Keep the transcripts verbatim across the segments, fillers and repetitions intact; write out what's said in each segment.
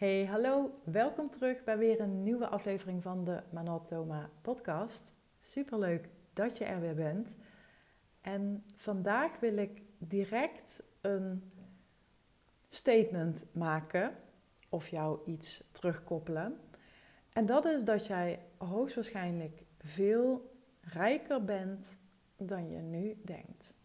Hey, hallo. Welkom terug bij weer een nieuwe aflevering van de Manal Thoma podcast. Superleuk dat je er weer bent. En vandaag wil ik direct een statement maken of jou iets terugkoppelen. En dat is dat jij hoogstwaarschijnlijk veel rijker bent dan je nu denkt.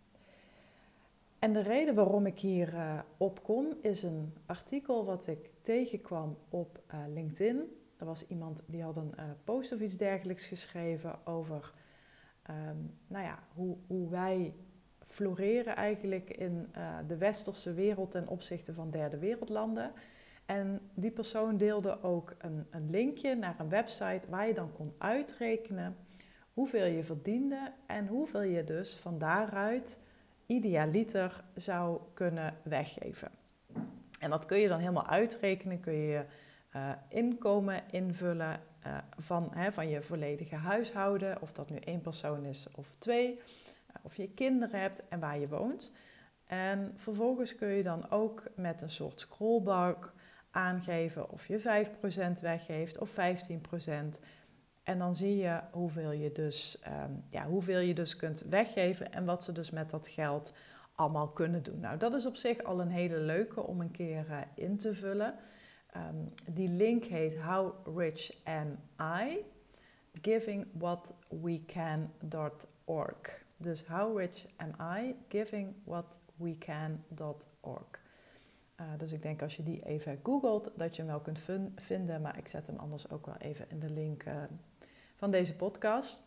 En de reden waarom ik hier uh, op kom is een artikel wat ik tegenkwam op uh, LinkedIn. Er was iemand die had een uh, post of iets dergelijks geschreven over um, nou ja, hoe, hoe wij floreren eigenlijk in uh, de westerse wereld ten opzichte van derde wereldlanden. En die persoon deelde ook een, een linkje naar een website waar je dan kon uitrekenen hoeveel je verdiende en hoeveel je dus van daaruit idealiter zou kunnen weggeven. En dat kun je dan helemaal uitrekenen, kun je je uh, inkomen invullen uh, van, hè, van je volledige huishouden, of dat nu één persoon is of twee, uh, of je kinderen hebt en waar je woont. En vervolgens kun je dan ook met een soort scrollbar aangeven of je vijf procent weggeeft of vijftien procent. En dan zie je hoeveel je, dus, um, ja, hoeveel je dus kunt weggeven en wat ze dus met dat geld allemaal kunnen doen. Nou, dat is op zich al een hele leuke om een keer uh, in te vullen. Um, die link heet How Rich Am I? Giving What We Can dot org. Dus How Rich Am I? Giving What We Can dot org. Uh, dus ik denk als je die even googelt dat je hem wel kunt fun- vinden, maar ik zet hem anders ook wel even in de link uh, van deze podcast.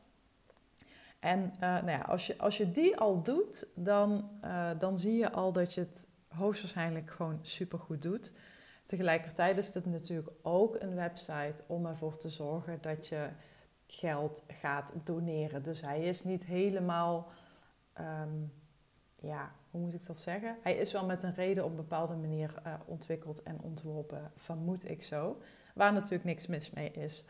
En uh, nou ja, als, je, als je die al doet, dan, uh, dan zie je al dat je het hoogstwaarschijnlijk gewoon supergoed doet. Tegelijkertijd is het natuurlijk ook een website om ervoor te zorgen dat je geld gaat doneren. Dus hij is niet helemaal, um, ja, hoe moet ik dat zeggen? Hij is wel met een reden op een bepaalde manier uh, ontwikkeld en ontworpen, vermoed ik zo. Waar natuurlijk niks mis mee is.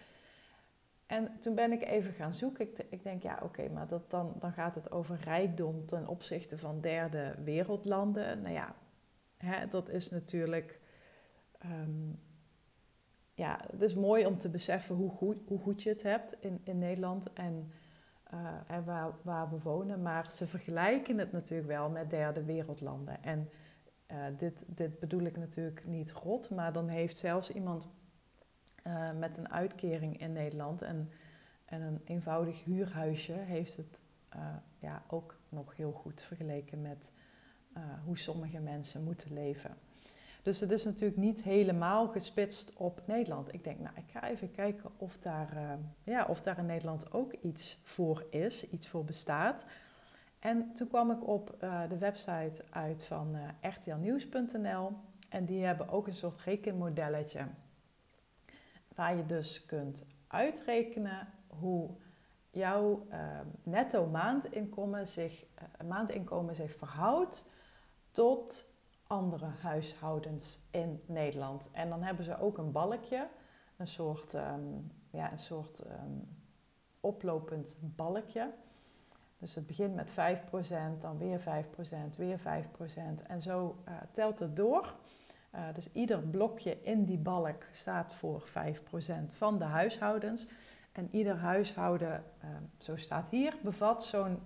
En toen ben ik even gaan zoeken. Ik, ik denk, ja, oké, okay, maar dat dan, dan gaat het over rijkdom ten opzichte van derde wereldlanden. Nou ja, hè, dat is natuurlijk... Um, ja, het is mooi om te beseffen hoe goed, hoe goed je het hebt in, in Nederland en, uh, en waar, waar we wonen. Maar ze vergelijken het natuurlijk wel met derde wereldlanden. En uh, dit, dit bedoel ik natuurlijk niet rot, maar dan heeft zelfs iemand uh, met een uitkering in Nederland en, en een eenvoudig huurhuisje heeft het uh, ja, ook nog heel goed vergeleken met uh, hoe sommige mensen moeten leven. Dus het is natuurlijk niet helemaal gespitst op Nederland. Ik denk, nou, ik ga even kijken of daar, uh, ja, of daar in Nederland ook iets voor is, iets voor bestaat. En toen kwam ik op uh, de website uit van uh, r t l nieuws punt n l. En die hebben ook een soort rekenmodelletje waar je dus kunt uitrekenen hoe jouw uh, netto maandinkomen zich, uh, maandinkomen zich verhoudt tot andere huishoudens in Nederland. En dan hebben ze ook een balkje, een soort, um, ja, een soort um, oplopend balkje. Dus het begint met vijf procent, dan weer vijf procent, weer vijf procent. En zo uh, telt het door. Uh, dus ieder blokje in die balk staat voor vijf procent van de huishoudens. En ieder huishouden, uh, zo staat hier, bevat zo'n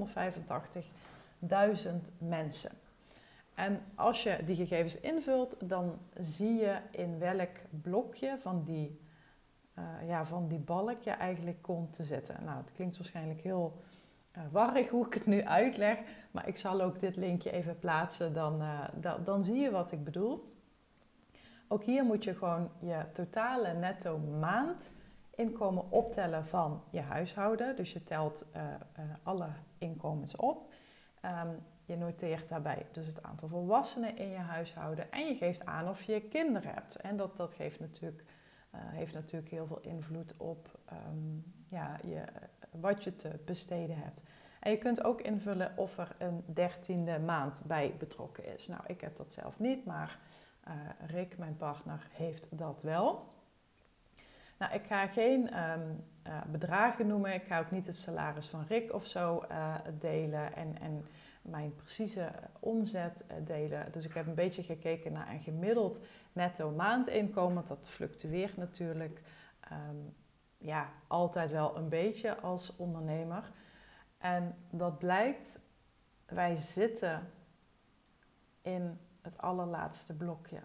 driehonderdvijfentachtigduizend mensen. En als je die gegevens invult, dan zie je in welk blokje van die, uh, ja, van die balk je eigenlijk komt te zitten. Nou, het klinkt waarschijnlijk heel uh, warrig hoe ik het nu uitleg, maar ik zal ook dit linkje even plaatsen, dan, uh, da- dan zie je wat ik bedoel. Ook hier moet je gewoon je totale netto maandinkomen optellen van je huishouden. Dus je telt uh, uh, alle inkomens op. Um, Je noteert daarbij dus het aantal volwassenen in je huishouden en je geeft aan of je kinderen hebt. En dat, dat geeft, natuurlijk, uh, heeft natuurlijk heel veel invloed op um, ja, je, wat je te besteden hebt. En je kunt ook invullen of er een dertiende maand bij betrokken is. Nou, ik heb dat zelf niet, maar uh, Rick, mijn partner, heeft dat wel. Nou, ik ga geen um, uh, bedragen noemen. Ik ga ook niet het salaris van Rick of zo uh, delen. En, en mijn precieze omzet delen. Dus ik heb een beetje gekeken naar een gemiddeld netto maandinkomen. Want dat fluctueert natuurlijk um, ja, altijd wel een beetje als ondernemer. En dat blijkt, wij zitten in het allerlaatste blokje.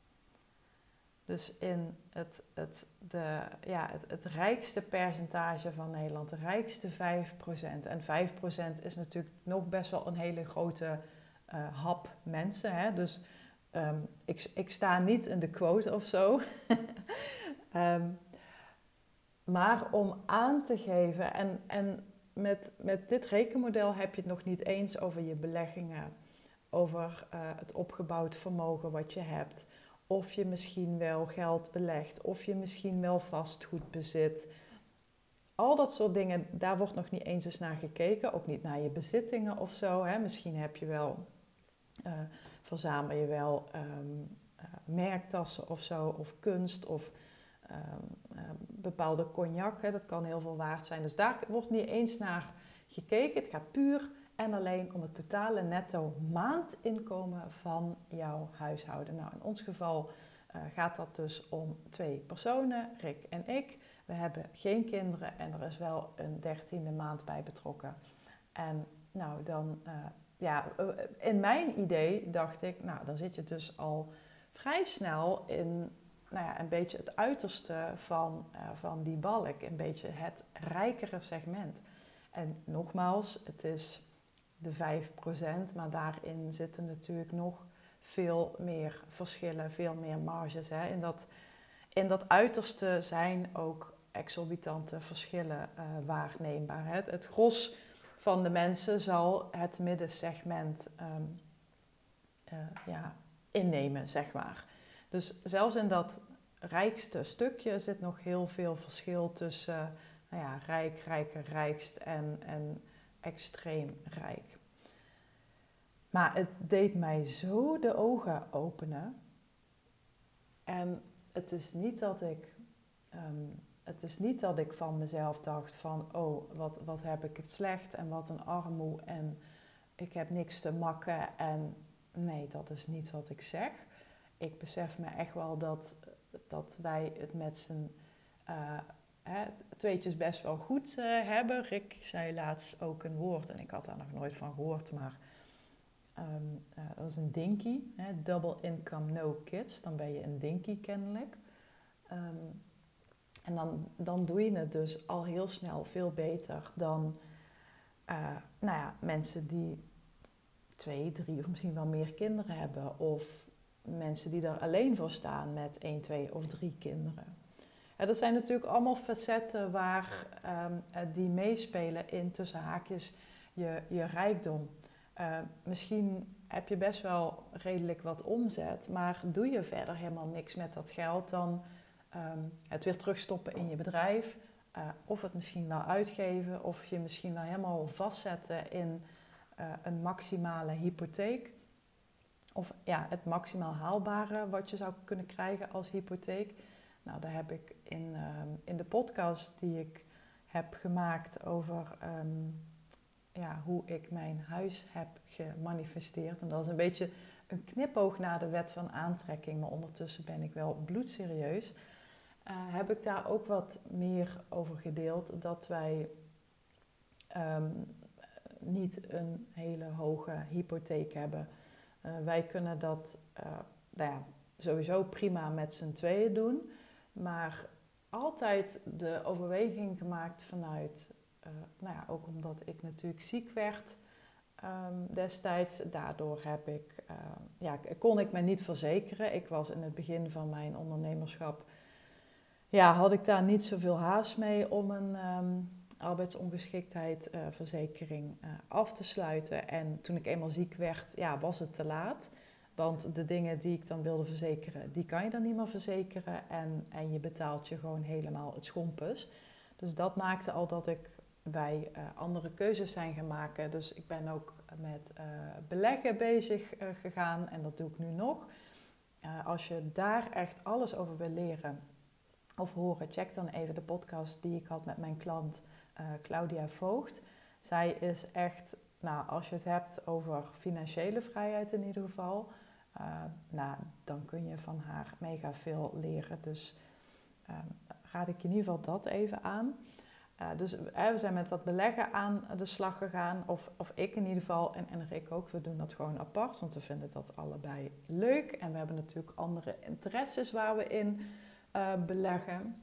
Dus in het, het, de, ja, het, het rijkste percentage van Nederland, de rijkste vijf procent. En vijf procent is natuurlijk nog best wel een hele grote uh, hap mensen. Hè? Dus um, ik, ik sta niet in de quote of zo. um, maar om aan te geven, en, en met, met dit rekenmodel heb je het nog niet eens over je beleggingen, over uh, het opgebouwd vermogen wat je hebt. Of je misschien wel geld belegt, of je misschien wel vastgoed bezit. Al dat soort dingen, daar wordt nog niet eens eens naar gekeken. Ook niet naar je bezittingen of zo. Hè. Misschien heb je wel, uh, verzamel je wel um, uh, merktassen of zo, of kunst, of um, uh, bepaalde cognac. Hè. Dat kan heel veel waard zijn. Dus daar wordt niet eens naar gekeken. Het gaat puur en alleen om het totale netto maandinkomen van jouw huishouden. Nou, in ons geval uh, gaat dat dus om twee personen, Rick en ik. We hebben geen kinderen en er is wel een dertiende maand bij betrokken. En nou, dan, uh, ja, in mijn idee dacht ik, nou, dan zit je dus al vrij snel in, nou ja, een beetje het uiterste van, uh, van die balk. Een beetje het rijkere segment. En nogmaals, het is de vijf procent, maar daarin zitten natuurlijk nog veel meer verschillen, veel meer marges. Hè. In, dat, in dat uiterste zijn ook exorbitante verschillen uh, waarneembaar. Hè. Het, het gros van de mensen zal het middensegment um, uh, ja, innemen, zeg maar. Dus zelfs in dat rijkste stukje zit nog heel veel verschil tussen uh, nou ja, rijk, rijker, rijkst en, en extreem rijk. Maar het deed mij zo de ogen openen. En het is niet dat ik, um, het is niet dat ik van mezelf dacht van, oh, wat, wat heb ik het slecht en wat een armoe en ik heb niks te makken. En nee, dat is niet wat ik zeg. Ik besef me echt wel dat, dat wij het met z'n uh, tweetjes best wel goed uh, hebben. Rick zei laatst ook een woord en ik had daar nog nooit van gehoord, maar um, uh, dat is een dinky. Hè? Double income, no kids. Dan ben je een dinky kennelijk. Um, en dan, dan doe je het dus al heel snel veel beter dan uh, nou ja, mensen die twee, drie of misschien wel meer kinderen hebben. Of mensen die er alleen voor staan met één, twee of drie kinderen. Ja, dat zijn natuurlijk allemaal facetten waar, um, die meespelen in tussen haakjes je, je rijkdom. Uh, misschien heb je best wel redelijk wat omzet, maar doe je verder helemaal niks met dat geld, dan um, het weer terugstoppen in je bedrijf, uh, of het misschien wel uitgeven, of je misschien wel helemaal vastzetten in uh, een maximale hypotheek. Of ja, het maximaal haalbare wat je zou kunnen krijgen als hypotheek. Nou, daar heb ik in, um, in de podcast die ik heb gemaakt over um, ja, hoe ik mijn huis heb gemanifesteerd. En dat is een beetje een knipoog naar de wet van aantrekking, maar ondertussen ben ik wel bloedserieus. Uh, heb ik daar ook wat meer over gedeeld, dat wij um, niet een hele hoge hypotheek hebben. Uh, wij kunnen dat uh, nou ja, sowieso prima met z'n tweeën doen, maar altijd de overweging gemaakt vanuit, uh, nou ja, ook omdat ik natuurlijk ziek werd um, destijds. Daardoor heb ik, uh, ja, kon ik me niet verzekeren. Ik was in het begin van mijn ondernemerschap, ja, had ik daar niet zoveel haast mee om een um, arbeidsongeschiktheidsverzekering uh, uh, af te sluiten. En toen ik eenmaal ziek werd, ja, was het te laat. Want de dingen die ik dan wilde verzekeren, die kan je dan niet meer verzekeren. En, en je betaalt je gewoon helemaal het schompus. Dus dat maakte al dat ik wij uh, andere keuzes zijn gaan maken. Dus ik ben ook met uh, beleggen bezig uh, gegaan. En dat doe ik nu nog. Uh, als je daar echt alles over wil leren of horen, check dan even de podcast die ik had met mijn klant uh, Claudia Voogd. Zij is echt nou, als je het hebt over financiële vrijheid in ieder geval, uh, nou, dan kun je van haar mega veel leren. Dus uh, raad ik je in ieder geval dat even aan. Uh, dus uh, we zijn met dat beleggen aan de slag gegaan, of, of ik in ieder geval, en, en Rick ook. We doen dat gewoon apart, want we vinden dat allebei leuk. En we hebben natuurlijk andere interesses waar we in uh, beleggen.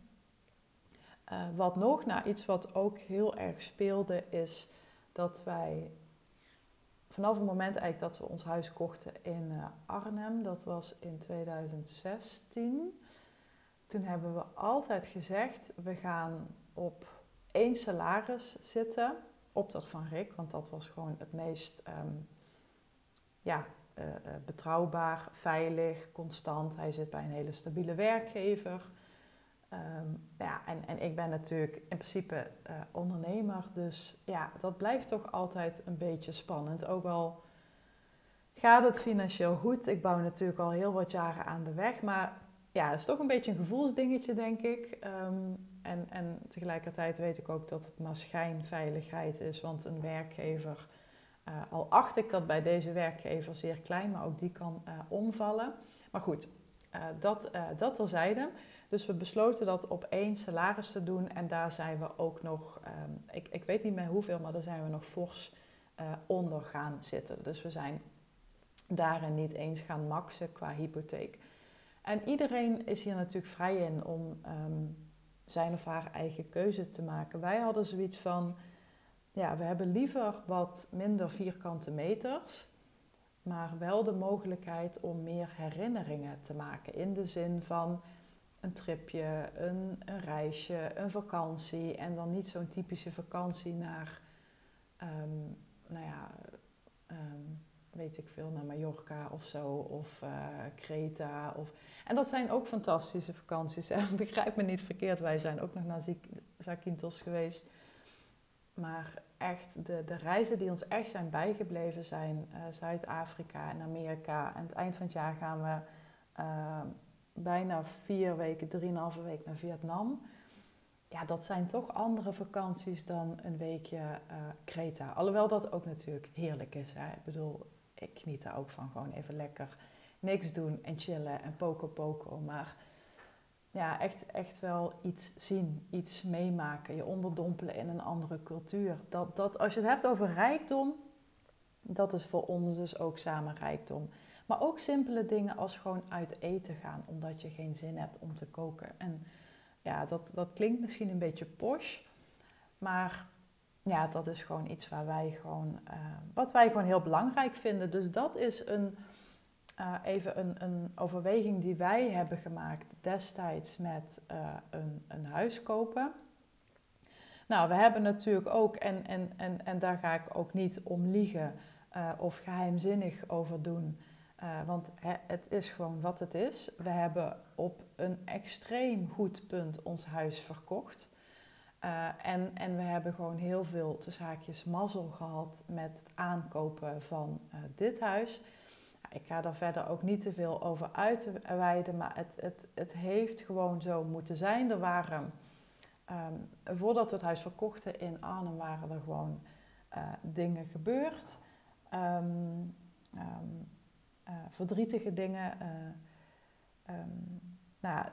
Uh, wat nog, nou iets wat ook heel erg speelde, is dat wij vanaf het moment eigenlijk dat we ons huis kochten in uh, Arnhem, dat was in tweeduizend zestien, toen hebben we altijd gezegd, we gaan op één salaris zitten, op dat van Rick, want dat was gewoon het meest um, ja, uh, uh, betrouwbaar, veilig, constant. Hij zit bij een hele stabiele werkgever. Um, ja, en, en ik ben natuurlijk in principe uh, ondernemer, dus ja, dat blijft toch altijd een beetje spannend. Ook al gaat het financieel goed, ik bouw natuurlijk al heel wat jaren aan de weg, maar ja, het is toch een beetje een gevoelsdingetje, denk ik. Um, en, en tegelijkertijd weet ik ook dat het maar schijnveiligheid is, want een werkgever, uh, al acht ik dat bij deze werkgever zeer klein, maar ook die kan uh, omvallen. Maar goed, uh, dat, uh, dat terzijde. Dus we besloten dat op één salaris te doen en daar zijn we ook nog, um, ik, ik weet niet meer hoeveel, maar daar zijn we nog fors uh, onder gaan zitten. Dus we zijn daarin niet eens gaan maxen qua hypotheek. En iedereen is hier natuurlijk vrij in om um, zijn of haar eigen keuze te maken. Wij hadden zoiets van, ja, we hebben liever wat minder vierkante meters, maar wel de mogelijkheid om meer herinneringen te maken. In de zin van een tripje, een, een reisje, een vakantie. En dan niet zo'n typische vakantie naar, um, nou ja, um, weet ik veel, naar Mallorca of zo. Of uh, Creta. Of... En dat zijn ook fantastische vakanties. Hè? Begrijp me niet verkeerd, wij zijn ook nog naar Zakynthos geweest. Maar echt, de, de reizen die ons echt zijn bijgebleven zijn uh, Zuid-Afrika en Amerika. En aan het eind van het jaar gaan we uh, bijna vier weken, drieënhalve week naar Vietnam. Ja, dat zijn toch andere vakanties dan een weekje uh, Creta. Alhoewel dat ook natuurlijk heerlijk is. Hè? Ik bedoel, ik geniet daar ook van gewoon even lekker niks doen en chillen en poko poko. Maar ja, echt, echt wel iets zien, iets meemaken, je onderdompelen in een andere cultuur. Dat, dat, als je het hebt over rijkdom, dat is voor ons dus ook samen rijkdom. Maar ook simpele dingen als gewoon uit eten gaan, omdat je geen zin hebt om te koken. En ja, dat, dat klinkt misschien een beetje posh, maar ja, dat is gewoon iets waar wij gewoon, uh, wat wij gewoon heel belangrijk vinden. Dus dat is een... Uh, even een, een overweging die wij hebben gemaakt destijds met uh, een, een huis kopen. Nou, we hebben natuurlijk ook, en, en, en, en daar ga ik ook niet om liegen uh, of geheimzinnig over doen. Uh, want he, het is gewoon wat het is. We hebben op een extreem goed punt ons huis verkocht. Uh, en, en we hebben gewoon heel veel tussen haakjes mazzel gehad met het aankopen van uh, dit huis. Ik ga daar verder ook niet te veel over uitweiden, maar het, het, het heeft gewoon zo moeten zijn. Er waren, um, voordat we het huis verkochten in Arnhem, waren er gewoon uh, dingen gebeurd. Um, um, uh, verdrietige dingen. Uh, um, nou,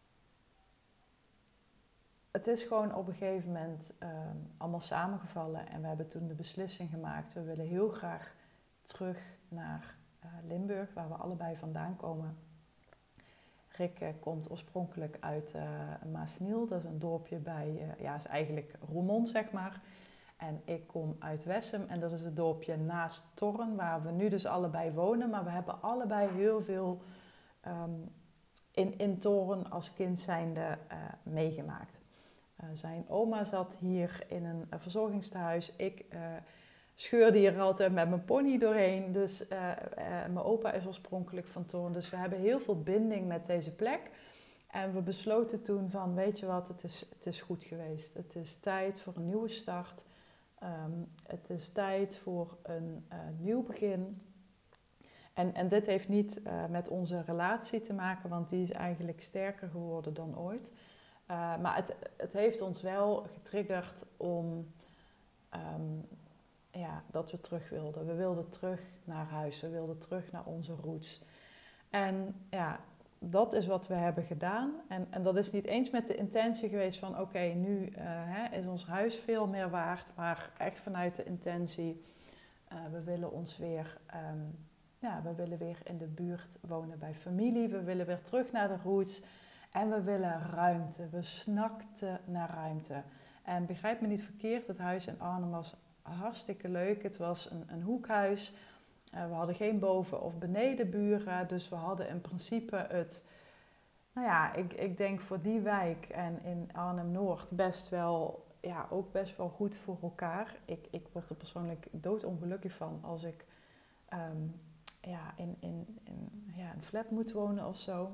het is gewoon op een gegeven moment um, allemaal samengevallen. En we hebben toen de beslissing gemaakt, we willen heel graag terug naar Uh, Limburg, waar we allebei vandaan komen. Rick uh, komt oorspronkelijk uit uh, Maasniel, dat is een dorpje bij, uh, ja, is eigenlijk Roermond, zeg maar. En ik kom uit Wessem en dat is het dorpje naast Torren, waar we nu dus allebei wonen. Maar we hebben allebei heel veel um, in, in Torren als kind zijnde uh, meegemaakt. Uh, zijn oma zat hier in een uh, verzorgingstehuis. Ik... Uh, scheurde hier altijd met mijn pony doorheen. Dus uh, uh, mijn opa is oorspronkelijk van Torren. Dus we hebben heel veel binding met deze plek. En we besloten toen van, weet je wat, het is, het is goed geweest. Het is tijd voor een nieuwe start. Um, het is tijd voor een uh, nieuw begin. En, en dit heeft niet uh, met onze relatie te maken, want die is eigenlijk sterker geworden dan ooit. Uh, maar het, het heeft ons wel getriggerd om... Um, ja, dat we terug wilden. We wilden terug naar huis. We wilden terug naar onze roots. En ja, dat is wat we hebben gedaan. En, en dat is niet eens met de intentie geweest van... oké, okay, nu uh, hè, is ons huis veel meer waard. Maar echt vanuit de intentie... Uh, we willen ons weer... Um, ja, we willen weer in de buurt wonen bij familie. We willen weer terug naar de roots. En we willen ruimte. We snakten naar ruimte. En begrijp me niet verkeerd, het huis in Arnhem was hartstikke leuk. Het was een, een hoekhuis. Uh, we hadden geen boven- of benedenburen. Dus we hadden in principe het... Nou ja, ik, ik denk voor die wijk en in Arnhem-Noord best wel... Ja, ook best wel goed voor elkaar. Ik, ik word er persoonlijk doodongelukkig van als ik um, ja, in, in, in ja, een flat moet wonen of zo.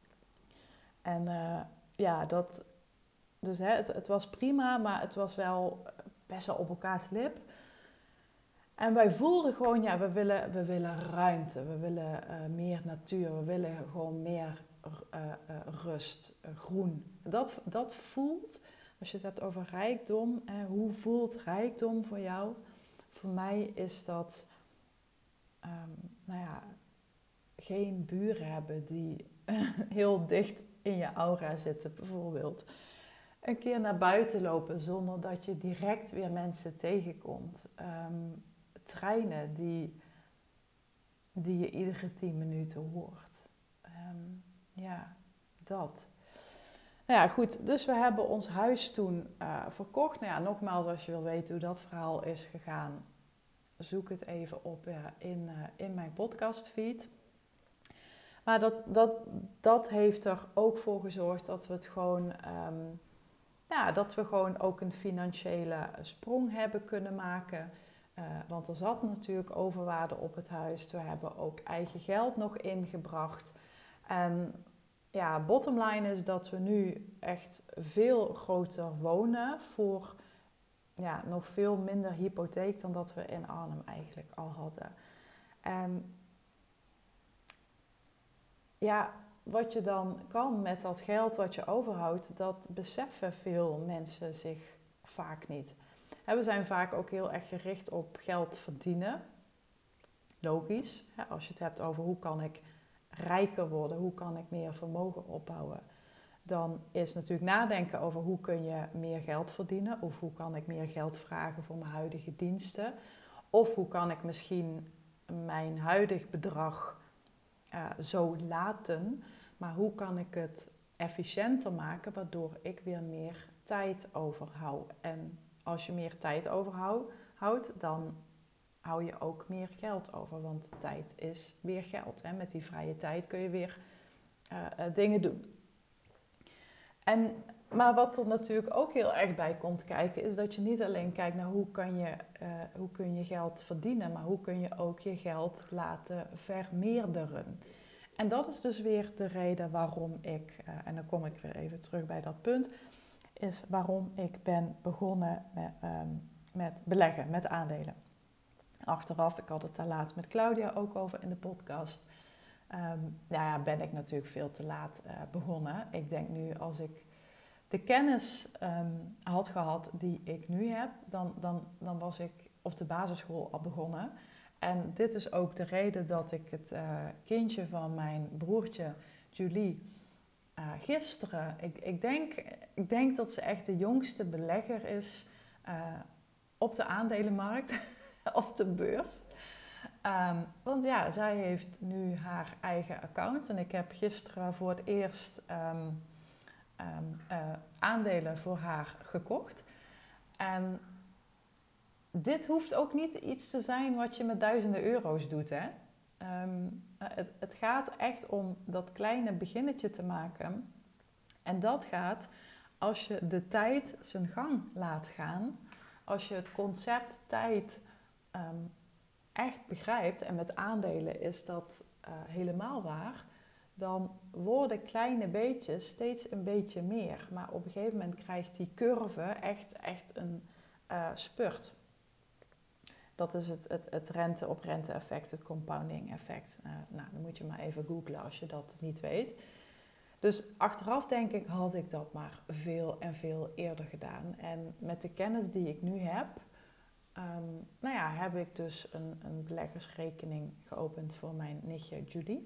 En uh, ja, dat... Dus hè, het, het was prima, maar het was wel best wel op elkaars lip. En wij voelden gewoon, ja, we willen, we willen ruimte. We willen uh, meer natuur. We willen gewoon meer uh, uh, rust, uh, groen. Dat, dat voelt, als je het hebt over rijkdom, eh, hoe voelt rijkdom voor jou? Voor mij is dat, um, nou ja, geen buren hebben die heel dicht in je aura zitten, bijvoorbeeld. Een keer naar buiten lopen zonder dat je direct weer mensen tegenkomt. Um, treinen die, die je iedere tien minuten hoort. Um, ja, dat. Nou ja, goed. Dus we hebben ons huis toen uh, verkocht. Nou ja, nogmaals, als je wil weten hoe dat verhaal is gegaan, zoek het even op uh, in, uh, in mijn podcastfeed. Maar dat, dat, dat heeft er ook voor gezorgd dat we het gewoon... Um, Ja, dat we gewoon ook een financiële sprong hebben kunnen maken. Uh, want er zat natuurlijk overwaarde op het huis. We hebben ook eigen geld nog ingebracht. En ja, bottom line is dat we nu echt veel groter wonen voor ja, nog veel minder hypotheek dan dat we in Arnhem eigenlijk al hadden. En ja... Wat je dan kan met dat geld wat je overhoudt, dat beseffen veel mensen zich vaak niet. We zijn vaak ook heel erg gericht op geld verdienen. Logisch, als je het hebt over hoe kan ik rijker worden, hoe kan ik meer vermogen opbouwen. Dan is natuurlijk nadenken over hoe kun je meer geld verdienen. Of hoe kan ik meer geld vragen voor mijn huidige diensten. Of hoe kan ik misschien mijn huidig bedrag Uh, zo laten, maar hoe kan ik het efficiënter maken, waardoor ik weer meer tijd overhoud. En als je meer tijd overhoudt, dan hou je ook meer geld over, want tijd is weer geld. Hè? Met die vrije tijd kun je weer uh, uh, dingen doen. En, maar wat er natuurlijk ook heel erg bij komt kijken, is dat je niet alleen kijkt naar hoe kan je, uh, hoe kun je geld verdienen, maar hoe kun je ook je geld laten vermeerderen. En dat is dus weer de reden waarom ik, uh, en dan kom ik weer even terug bij dat punt, is waarom ik ben begonnen met, um, met beleggen, met aandelen. Achteraf, ik had het daar laatst met Claudia ook over in de podcast, um, nou ja, ben ik natuurlijk veel te laat uh, begonnen. Ik denk nu, als ik de kennis um, had gehad die ik nu heb, dan, dan, dan was ik op de basisschool al begonnen. En dit is ook de reden dat ik het uh, kindje van mijn broertje, Julie, uh, gisteren... Ik, ik, denk, ik denk dat ze echt de jongste belegger is uh, op de aandelenmarkt, op de beurs. Um, want ja, zij heeft nu haar eigen account. En ik heb gisteren voor het eerst um, um, uh, aandelen voor haar gekocht. En... Dit hoeft ook niet iets te zijn wat je met duizenden euro's doet. Hè? Um, het, het gaat echt om dat kleine beginnetje te maken. En dat gaat als je de tijd zijn gang laat gaan. Als je het concept tijd um, echt begrijpt. En met aandelen is dat uh, helemaal waar. Dan worden kleine beetjes steeds een beetje meer. Maar op een gegeven moment krijgt die curve echt, echt een uh, spurt. Dat is het, het, het rente op rente effect, het compounding effect. Uh, nou, dan moet je maar even googlen als je dat niet weet. Dus achteraf denk ik, had ik dat maar veel en veel eerder gedaan. En met de kennis die ik nu heb, um, nou ja, heb ik dus een, een beleggersrekening geopend voor mijn nichtje Judy.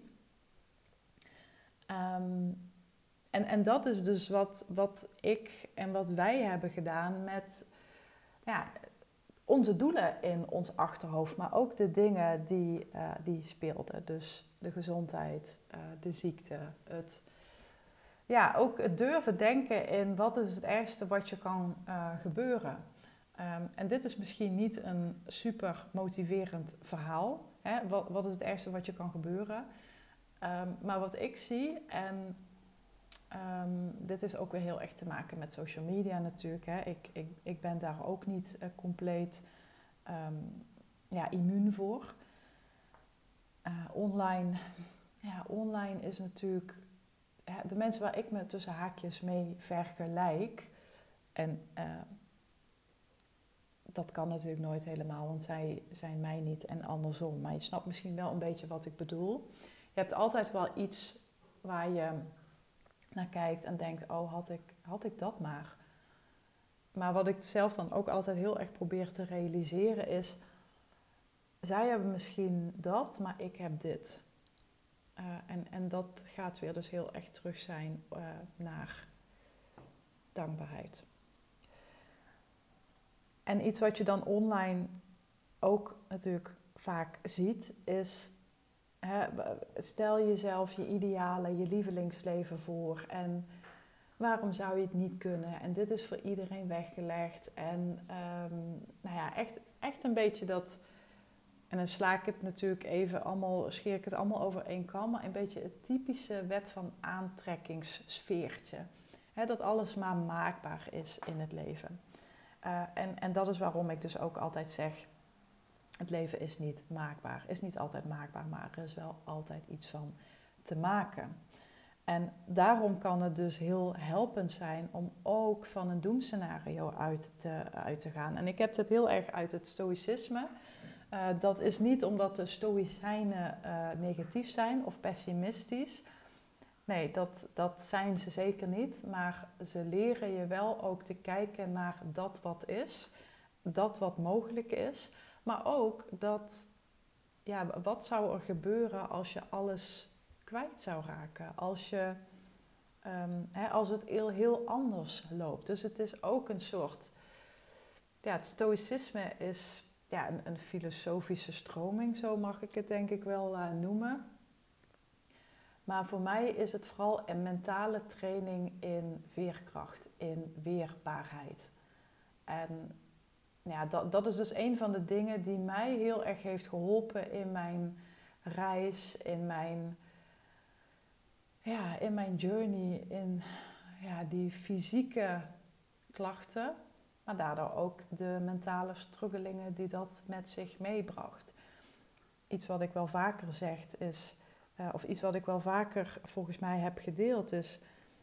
Um, en, en dat is dus wat, wat ik en wat wij hebben gedaan met ja, onze doelen in ons achterhoofd, maar ook de dingen die, uh, die speelden. Dus de gezondheid, uh, de ziekte, het, ja, ook het durven denken in wat is het ergste wat je kan uh, gebeuren. Um, en dit is misschien niet een super motiverend verhaal. Hè? Wat, wat is het ergste wat je kan gebeuren? Um, maar wat ik zie, en um, dit is ook weer heel erg te maken met social media natuurlijk. Hè? Ik, ik, ik ben daar ook niet uh, compleet um, ja, immuun voor. Uh, online, ja, online is natuurlijk ja, de mensen waar ik me tussen haakjes mee vergelijk. En uh, dat kan natuurlijk nooit helemaal, want zij zijn mij niet en andersom. Maar je snapt misschien wel een beetje wat ik bedoel. Je hebt altijd wel iets waar je naar kijkt en denkt, oh, had ik, had ik dat maar. Maar wat ik zelf dan ook altijd heel erg probeer te realiseren is, zij hebben misschien dat, maar ik heb dit. Uh, en, en dat gaat weer dus heel erg terug zijn uh, naar dankbaarheid. En iets wat je dan online ook natuurlijk vaak ziet, is hè, stel jezelf je idealen, je lievelingsleven voor en waarom zou je het niet kunnen? En dit is voor iedereen weggelegd. En um, nou ja, echt, echt een beetje dat, en dan sla ik het natuurlijk even allemaal, scheer ik het allemaal over één kam, maar een beetje het typische wet van aantrekkingssfeertje. Hè, dat alles maar maakbaar is in het leven. Uh, en, en dat is waarom ik dus ook altijd zeg, het leven is niet maakbaar. Is niet altijd maakbaar, maar er is wel altijd iets van te maken. En daarom kan het dus heel helpend zijn om ook van een doemscenario uit te, uit te gaan. En ik heb dit heel erg uit het stoïcisme. Uh, dat is niet omdat de stoïcijnen uh, negatief zijn of pessimistisch. Nee, dat, dat zijn ze zeker niet. Maar ze leren je wel ook te kijken naar dat wat is. Dat wat mogelijk is. Maar ook dat, ja, wat zou er gebeuren als je alles kwijt zou raken? Als, je, um, hè, als het heel, heel anders loopt. Dus het is ook een soort, ja, het stoïcisme is ja, een, een filosofische stroming, zo mag ik het denk ik wel uh, noemen. Maar voor mij is het vooral een mentale training in veerkracht, in weerbaarheid. En ja, dat, dat is dus een van de dingen die mij heel erg heeft geholpen in mijn reis, in mijn, ja, in mijn journey, in ja, die fysieke klachten, maar daardoor ook de mentale struggelingen die dat met zich meebracht. Iets wat ik wel vaker zeg is, uh, of iets wat ik wel vaker volgens mij heb gedeeld is,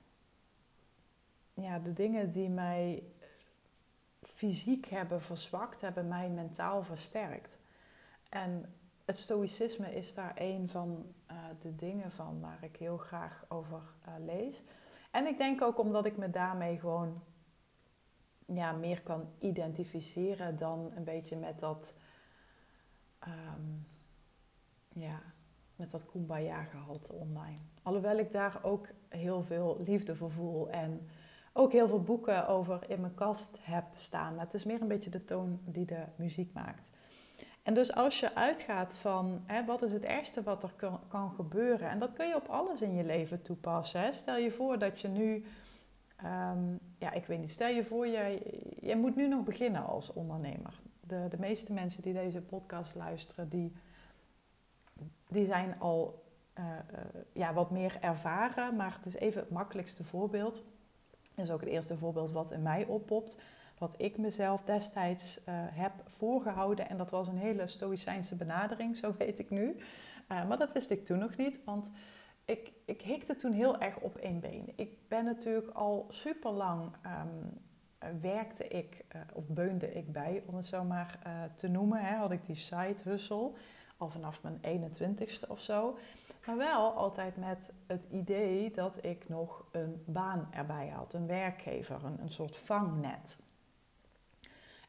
ja, de dingen die mij fysiek hebben verzwakt, hebben mij mentaal versterkt. En het stoïcisme is daar een van uh, de dingen van waar ik heel graag over uh, lees. En ik denk ook omdat ik me daarmee gewoon ja, meer kan identificeren dan een beetje met dat, um, ja, met dat kumbaya gehalte online. Alhoewel ik daar ook heel veel liefde voor voel en ook heel veel boeken over in mijn kast heb staan. Maar het is meer een beetje de toon die de muziek maakt. En dus als je uitgaat van hè, wat is het ergste wat er kan, kan gebeuren. En dat kun je op alles in je leven toepassen. Hè. Stel je voor dat je nu, um, ja ik weet niet, stel je voor je, je moet nu nog beginnen als ondernemer. De, de meeste mensen die deze podcast luisteren, die, die zijn al uh, uh, ja, wat meer ervaren. Maar het is even het makkelijkste voorbeeld. Dat is ook het eerste voorbeeld wat in mij oppopt. Wat ik mezelf destijds uh, heb voorgehouden. En dat was een hele stoïcijnse benadering, zo weet ik nu. Uh, maar dat wist ik toen nog niet, want ik, ik hikte toen heel erg op één been. Ik ben natuurlijk al super lang um, werkte ik, uh, of beunde ik bij, om het zo maar uh, te noemen. Hè, had ik die side hustle, al vanaf mijn eenentwintigste of zo. Maar wel altijd met het idee dat ik nog een baan erbij had, een werkgever, een, een soort vangnet.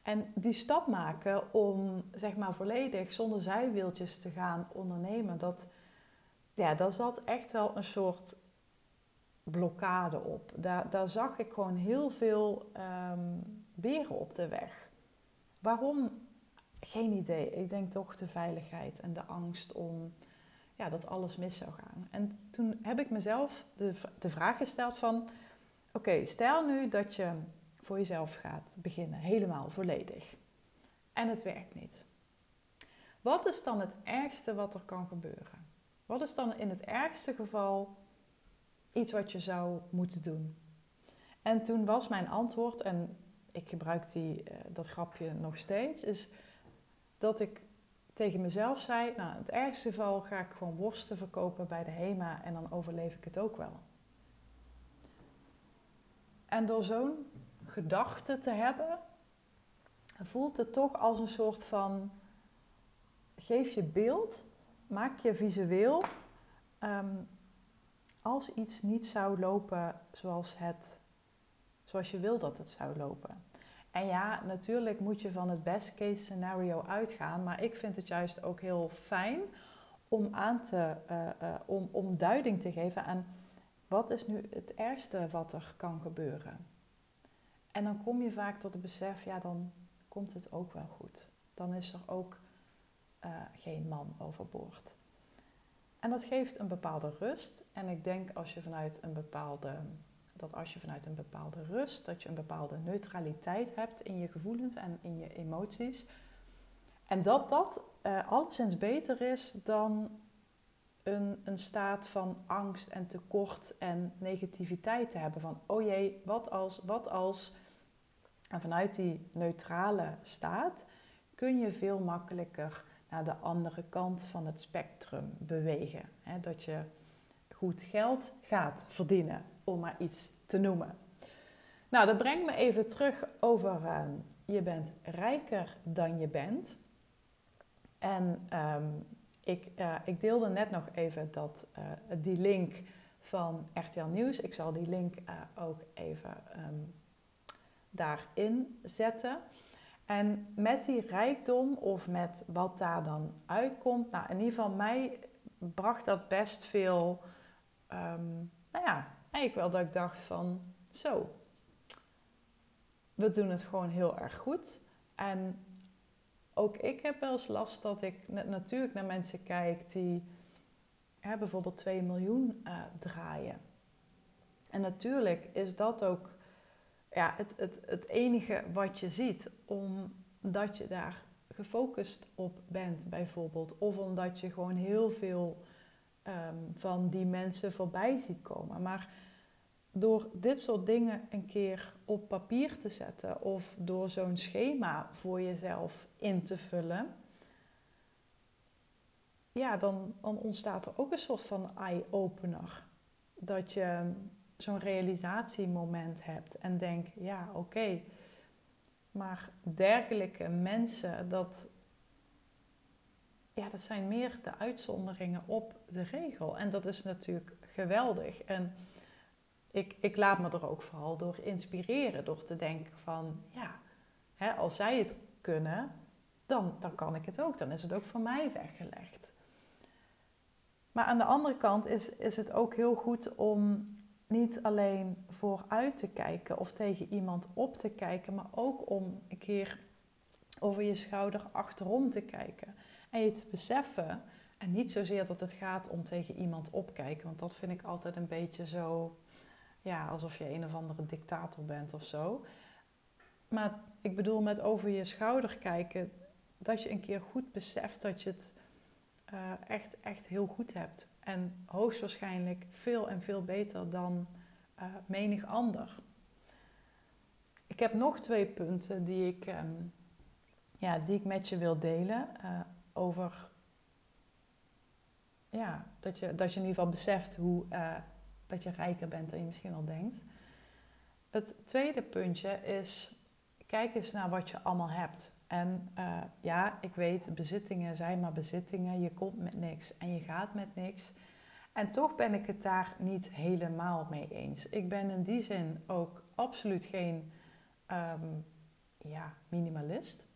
En die stap maken om zeg maar volledig zonder zijwieltjes te gaan ondernemen, dat, ja, daar zat echt wel een soort blokkade op. Daar, daar zag ik gewoon heel veel um, beren op de weg. Waarom? Geen idee. Ik denk toch de veiligheid en de angst om ja, dat alles mis zou gaan. En toen heb ik mezelf de, de vraag gesteld van, oké, okay, stel nu dat je voor jezelf gaat beginnen, helemaal volledig. En het werkt niet. Wat is dan het ergste wat er kan gebeuren? Wat is dan in het ergste geval iets wat je zou moeten doen? En toen was mijn antwoord, en ik gebruik die, uh, dat grapje nog steeds, is dat ik tegen mezelf zei, nou, in het ergste geval ga ik gewoon worsten verkopen bij de HEMA en dan overleef ik het ook wel. En door zo'n gedachte te hebben, voelt het toch als een soort van, geef je beeld, maak je visueel, um, als iets niet zou lopen zoals, het, zoals je wil dat het zou lopen. En ja, natuurlijk moet je van het best case scenario uitgaan, maar ik vind het juist ook heel fijn om, aan te, uh, uh, om, om duiding te geven aan wat is nu het ergste wat er kan gebeuren. En dan kom je vaak tot het besef, ja, dan komt het ook wel goed. Dan is er ook uh, geen man overboord. En dat geeft een bepaalde rust. En ik denk als je vanuit een bepaalde, dat als je vanuit een bepaalde rust, dat je een bepaalde neutraliteit hebt in je gevoelens en in je emoties. En dat dat uh, alleszins beter is dan een, een staat van angst en tekort en negativiteit te hebben. Van, oh jee, wat als, wat als. En vanuit die neutrale staat kun je veel makkelijker naar de andere kant van het spectrum bewegen. He, dat je goed geld gaat verdienen, om maar iets te noemen. Nou, dat brengt me even terug over uh, je bent rijker dan je bent. En um, ik, uh, ik deelde net nog even dat, uh, die link van R T L Nieuws. Ik zal die link uh, ook even um, daarin zetten. En met die rijkdom of met wat daar dan uitkomt, nou in ieder geval mij bracht dat best veel, um, nou ja, eigenlijk wel dat ik dacht van zo, we doen het gewoon heel erg goed. En ook ik heb wel eens last dat ik natuurlijk naar mensen kijk die hè, bijvoorbeeld twee miljoen uh, draaien. En natuurlijk is dat ook ja, het, het, het enige wat je ziet, omdat je daar gefocust op bent bijvoorbeeld. Of omdat je gewoon heel veel um, van die mensen voorbij ziet komen. Maar door dit soort dingen een keer op papier te zetten of door zo'n schema voor jezelf in te vullen, ja, dan, dan ontstaat er ook een soort van eye-opener. Dat je zo'n realisatiemoment hebt en denk, ja, oké, okay, maar dergelijke mensen, dat, ja, dat zijn meer de uitzonderingen op de regel. En dat is natuurlijk geweldig. En ik, ik laat me er ook vooral door inspireren, door te denken van, ja, hè, als zij het kunnen, dan, dan kan ik het ook. Dan is het ook voor mij weggelegd. Maar aan de andere kant is, is het ook heel goed om niet alleen vooruit te kijken of tegen iemand op te kijken, maar ook om een keer over je schouder achterom te kijken. En je te beseffen, en niet zozeer dat het gaat om tegen iemand opkijken, want dat vind ik altijd een beetje zo, ja, alsof je een of andere dictator bent of zo. Maar ik bedoel met over je schouder kijken, dat je een keer goed beseft dat je het uh, echt, echt heel goed hebt. En hoogstwaarschijnlijk veel en veel beter dan uh, menig ander. Ik heb nog twee punten die ik, um, ja, die ik met je wil delen. Uh, over ja, dat, je, dat je in ieder geval beseft hoe, uh, dat je rijker bent dan je misschien al denkt. Het tweede puntje is, kijk eens naar wat je allemaal hebt. En uh, ja, ik weet, bezittingen zijn maar bezittingen. Je komt met niks en je gaat met niks. En toch ben ik het daar niet helemaal mee eens. Ik ben in die zin ook absoluut geen um, ja, minimalist.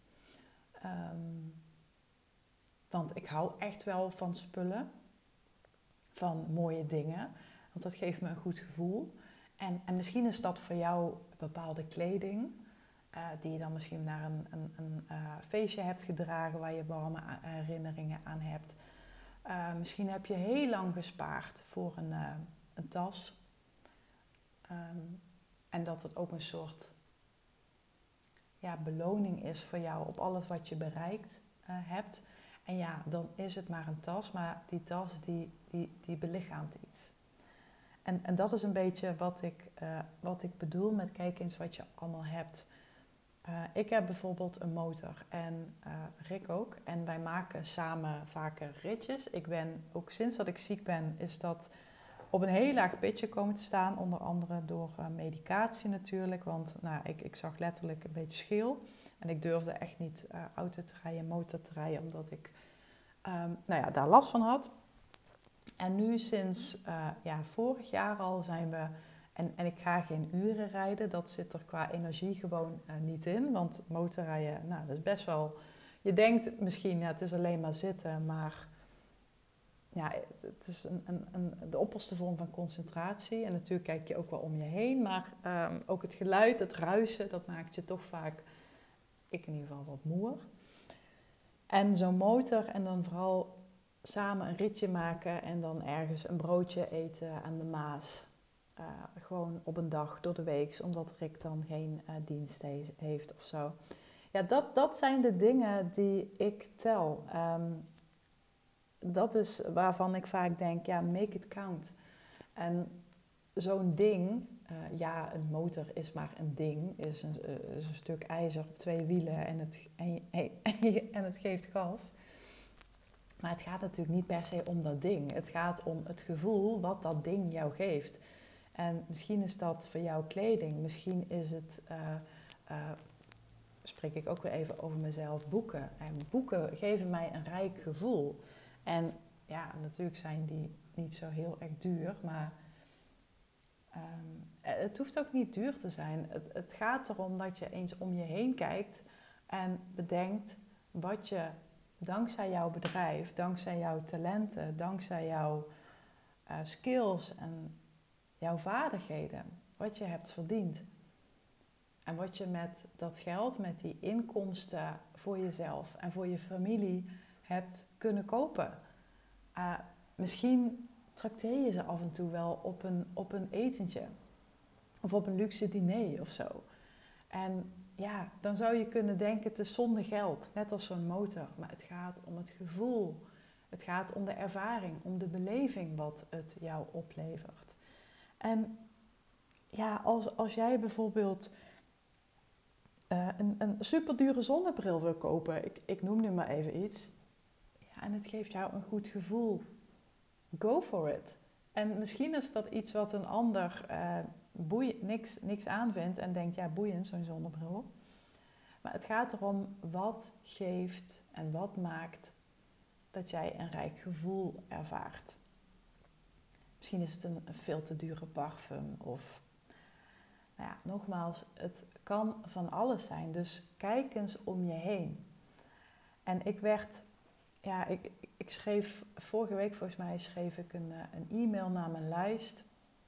Um, want ik hou echt wel van spullen, van mooie dingen. Want dat geeft me een goed gevoel. En, en misschien is dat voor jou bepaalde kleding, uh, die je dan misschien naar een, een, een uh, feestje hebt gedragen waar je warme herinneringen aan hebt. Uh, misschien heb je heel lang gespaard voor een, uh, een tas. Um, en dat het ook een soort ja, beloning is voor jou op alles wat je bereikt uh, hebt. En ja, dan is het maar een tas, maar die tas die, die, die belichaamt iets. En, en dat is een beetje wat ik, uh, wat ik bedoel met kijk eens wat je allemaal hebt. Uh, ik heb bijvoorbeeld een motor en uh, Rick ook. En wij maken samen vaker ritjes. Ik ben, ook sinds dat ik ziek ben, is dat op een heel laag pitje komen te staan. Onder andere door uh, medicatie natuurlijk. Want nou, ik, ik zag letterlijk een beetje scheel. En ik durfde echt niet uh, auto te rijden, motor te rijden, omdat ik um, nou ja, daar last van had. En nu sinds uh, ja, vorig jaar al zijn we, en, en ik ga geen uren rijden, dat zit er qua energie gewoon uh, niet in. Want motorrijden, nou dat is best wel, je denkt misschien, ja, het is alleen maar zitten, maar ja, het is een, een, een, de opperste vorm van concentratie. En natuurlijk kijk je ook wel om je heen, maar um, ook het geluid, het ruisen, dat maakt je toch vaak, ik in ieder geval, wat moer. En zo'n motor en dan vooral samen een ritje maken en dan ergens een broodje eten aan de Maas. Uh, gewoon op een dag door de week, omdat Rick dan geen uh, dienst he- heeft of zo. Ja, dat, dat zijn de dingen die ik tel. Um, dat is waarvan ik vaak denk, ja, make it count. En zo'n ding, uh, ja, een motor is maar een ding, is een, uh, is een stuk ijzer op twee wielen en het, en, en, en het geeft gas. Maar het gaat natuurlijk niet per se om dat ding. Het gaat om het gevoel wat dat ding jou geeft. En misschien is dat voor jou kleding. Misschien is het, uh, uh, spreek ik ook weer even over mezelf, boeken. En boeken geven mij een rijk gevoel. En ja, natuurlijk zijn die niet zo heel erg duur, maar um, het hoeft ook niet duur te zijn. Het, het gaat erom dat je eens om je heen kijkt en bedenkt wat je dankzij jouw bedrijf, dankzij jouw talenten, dankzij jouw uh, skills en jouw vaardigheden, wat je hebt verdiend. En wat je met dat geld, met die inkomsten voor jezelf en voor je familie hebt kunnen kopen. Uh, misschien trakteer je ze af en toe wel op een, op een etentje. Of op een luxe diner of zo. En ja, dan zou je kunnen denken, het is zonde geld, net als zo'n motor. Maar het gaat om het gevoel. Het gaat om de ervaring, om de beleving wat het jou oplevert. En ja, als, als jij bijvoorbeeld uh, een, een superdure zonnebril wil kopen, ik, ik noem nu maar even iets. Ja, en het geeft jou een goed gevoel. Go for it. En misschien is dat iets wat een ander uh, boeien, niks, niks aanvindt en denkt, ja, boeiend, zo'n zonnebril. Maar het gaat erom wat geeft en wat maakt dat jij een rijk gevoel ervaart. Misschien is het een, een veel te dure parfum of, nou ja, nogmaals, het kan van alles zijn. Dus kijk eens om je heen. En ik werd, ja, ik, ik schreef, vorige week volgens mij schreef ik een, een e-mail naar mijn lijst.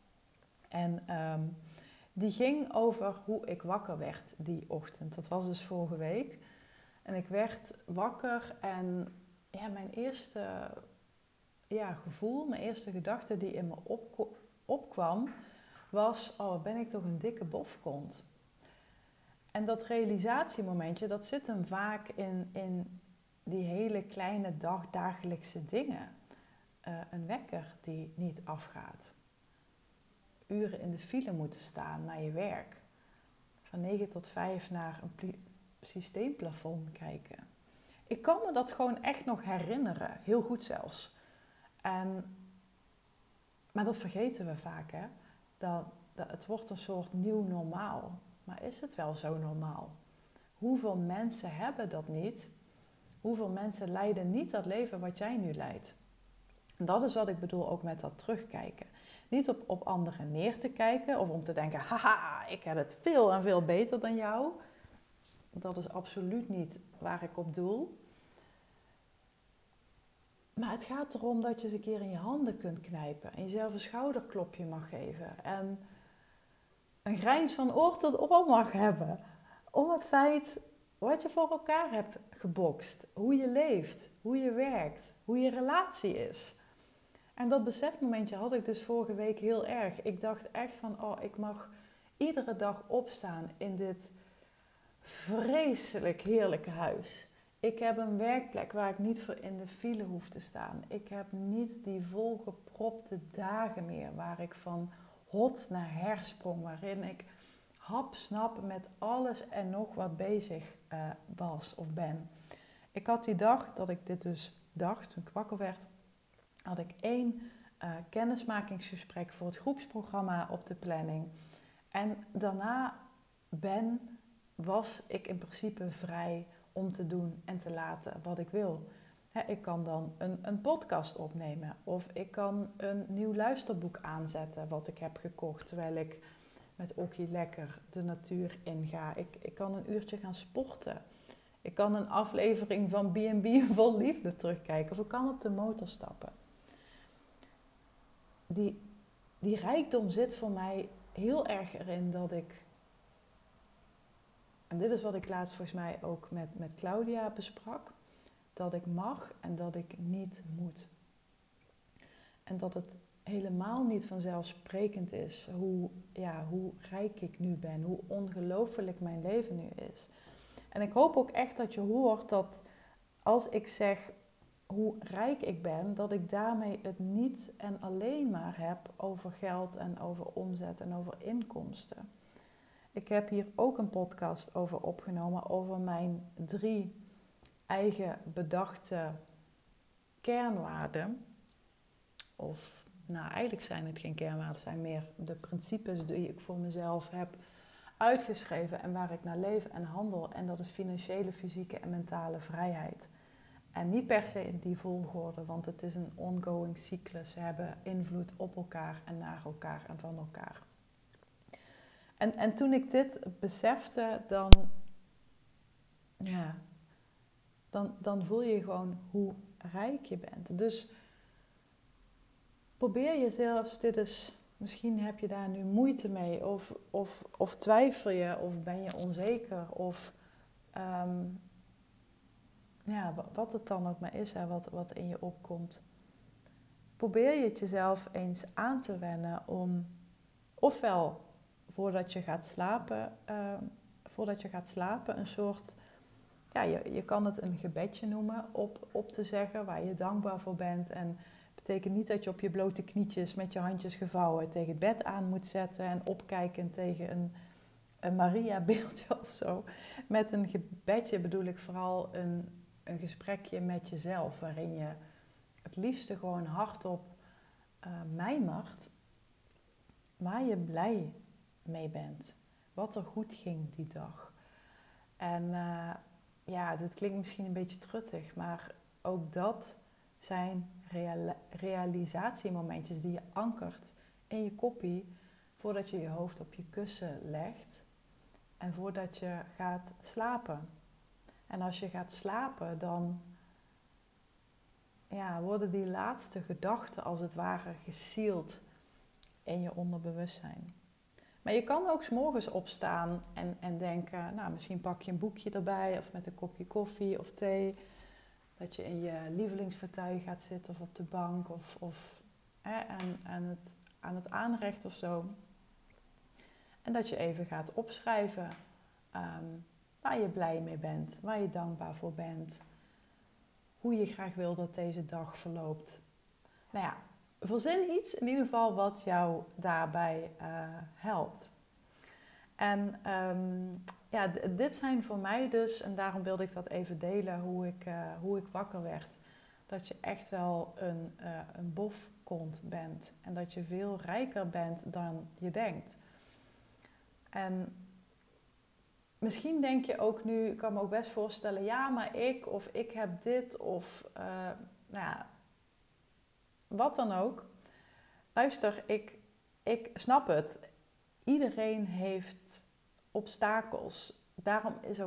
En um, die ging over hoe ik wakker werd die ochtend. Dat was dus vorige week. En ik werd wakker en ja, mijn eerste ja, gevoel, mijn eerste gedachte die in me opko- opkwam, was, oh, ben ik toch een dikke bofkont. En dat realisatiemomentje, dat zit hem vaak in, in die hele kleine dag, dagelijkse dingen. Uh, een wekker die niet afgaat. Uren in de file moeten staan naar je werk. Van negen tot vijf naar een pli- systeemplafond kijken. Ik kan me dat gewoon echt nog herinneren. Heel goed zelfs. En, maar dat vergeten we vaak, hè. Dat, dat, het wordt een soort nieuw normaal. Maar is het wel zo normaal? Hoeveel mensen hebben dat niet? Hoeveel mensen leiden niet dat leven wat jij nu leidt? En dat is wat ik bedoel ook met dat terugkijken. Niet op, op anderen neer te kijken of om te denken, haha, ik heb het veel en veel beter dan jou. Dat is absoluut niet waar ik op doel. Maar het gaat erom dat je eens een keer in je handen kunt knijpen. En jezelf een schouderklopje mag geven. En een grijns van oor tot oor mag hebben. Om het feit wat je voor elkaar hebt gebokst. Hoe je leeft, hoe je werkt, hoe je relatie is. En dat besefmomentje had ik dus vorige week heel erg. Ik dacht echt van, oh, ik mag iedere dag opstaan in dit vreselijk heerlijke huis. Ik heb een werkplek waar ik niet voor in de file hoef te staan. Ik heb niet die volgepropte dagen meer waar ik van hot naar her sprong. Waarin ik hapsnap met alles en nog wat bezig uh, was of ben. Ik had die dag dat ik dit dus dacht, toen ik wakker werd, had ik één uh, kennismakingsgesprek voor het groepsprogramma op de planning. En daarna ben, was ik in principe vrij om te doen en te laten wat ik wil. He, ik kan dan een, een podcast opnemen of ik kan een nieuw luisterboek aanzetten wat ik heb gekocht terwijl ik met Okkie lekker de natuur inga. Ik, ik kan een uurtje gaan sporten. Ik kan een aflevering van B en B vol liefde terugkijken of ik kan op de motor stappen. Die, die rijkdom zit voor mij heel erg erin dat ik, en dit is wat ik laatst volgens mij ook met, met Claudia besprak, dat ik mag en dat ik niet moet. En dat het helemaal niet vanzelfsprekend is hoe, ja, hoe rijk ik nu ben, hoe ongelooflijk mijn leven nu is. En ik hoop ook echt dat je hoort dat als ik zeg hoe rijk ik ben, dat ik daarmee het niet en alleen maar heb over geld en over omzet en over inkomsten. Ik heb hier ook een podcast over opgenomen, over mijn drie eigen bedachte kernwaarden. Of, nou eigenlijk zijn het geen kernwaarden, het zijn meer de principes die ik voor mezelf heb uitgeschreven en waar ik naar leef en handel. En dat is financiële, fysieke en mentale vrijheid. En niet per se in die volgorde, want het is een ongoing cyclus. Ze hebben invloed op elkaar en naar elkaar en van elkaar. En, en toen ik dit besefte, dan, ja, dan, dan voel je gewoon hoe rijk je bent. Dus probeer jezelf, dit is, misschien heb je daar nu moeite mee, of, of, of twijfel je, of ben je onzeker, of um, ja, wat het dan ook maar is, hè, wat, wat in je opkomt. Probeer je het jezelf eens aan te wennen om, ofwel voordat je gaat slapen, uh, voordat je gaat slapen een soort, ja, je, je kan het een gebedje noemen, op, op te zeggen waar je dankbaar voor bent. En het betekent niet dat je op je blote knietjes met je handjes gevouwen tegen het bed aan moet zetten en opkijken tegen een, een Maria-beeldje of zo. Met een gebedje bedoel ik vooral een, een gesprekje met jezelf, waarin je het liefste gewoon hardop uh, mijmert waar je blij mee bent. Wat er goed ging die dag. En uh, ja, dit klinkt misschien een beetje truttig, maar ook dat zijn reala- realisatiemomentjes die je ankert in je koppie voordat je je hoofd op je kussen legt en voordat je gaat slapen. En als je gaat slapen, dan ja, worden die laatste gedachten als het ware gesealed in je onderbewustzijn. Maar je kan ook 's morgens opstaan en, en denken, nou misschien pak je een boekje erbij of met een kopje koffie of thee. Dat je in je lievelingsfauteuil gaat zitten of op de bank of, of hè, aan, aan, het, aan het aanrecht of zo. En dat je even gaat opschrijven um, waar je blij mee bent, waar je dankbaar voor bent. Hoe je graag wil dat deze dag verloopt. Nou ja, verzin iets in ieder geval wat jou daarbij uh, helpt. En um, ja, d- dit zijn voor mij dus, en daarom wilde ik dat even delen, hoe ik, uh, hoe ik wakker werd. Dat je echt wel een, uh, een bofkont bent. En dat je veel rijker bent dan je denkt. En misschien denk je ook nu, ik kan me ook best voorstellen, ja, maar ik of ik heb dit of uh, nou ja, wat dan ook. Luister, ik, ik snap het. Iedereen heeft obstakels. Daarom is ook